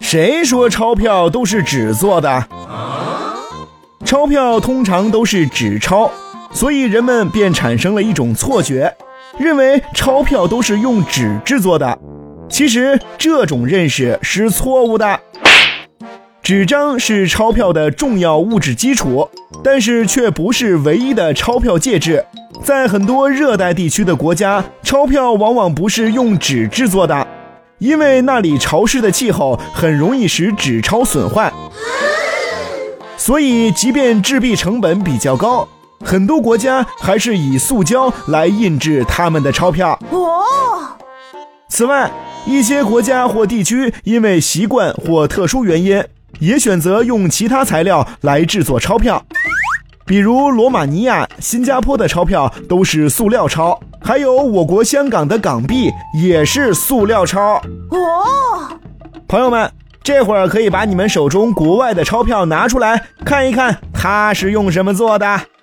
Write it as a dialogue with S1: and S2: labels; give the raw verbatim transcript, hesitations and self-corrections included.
S1: 谁说钞票都是纸做的？钞票通常都是纸钞，所以人们便产生了一种错觉，认为钞票都是用纸制作的。其实这种认识是错误的。纸张是钞票的重要物质基础，但是却不是唯一的钞票介质。在很多热带地区的国家，钞票往往不是用纸制作的，因为那里潮湿的气候很容易使纸钞损坏。所以即便制币成本比较高，很多国家还是以塑胶来印制他们的钞票。
S2: 哦。
S1: 此外，一些国家或地区因为习惯或特殊原因，也选择用其他材料来制作钞票。比如罗马尼亚、新加坡的钞票都是塑料钞，还有我国香港的港币也是塑料钞。
S2: 哦。
S1: 朋友们，这会儿可以把你们手中国外的钞票拿出来看一看，它是用什么做的。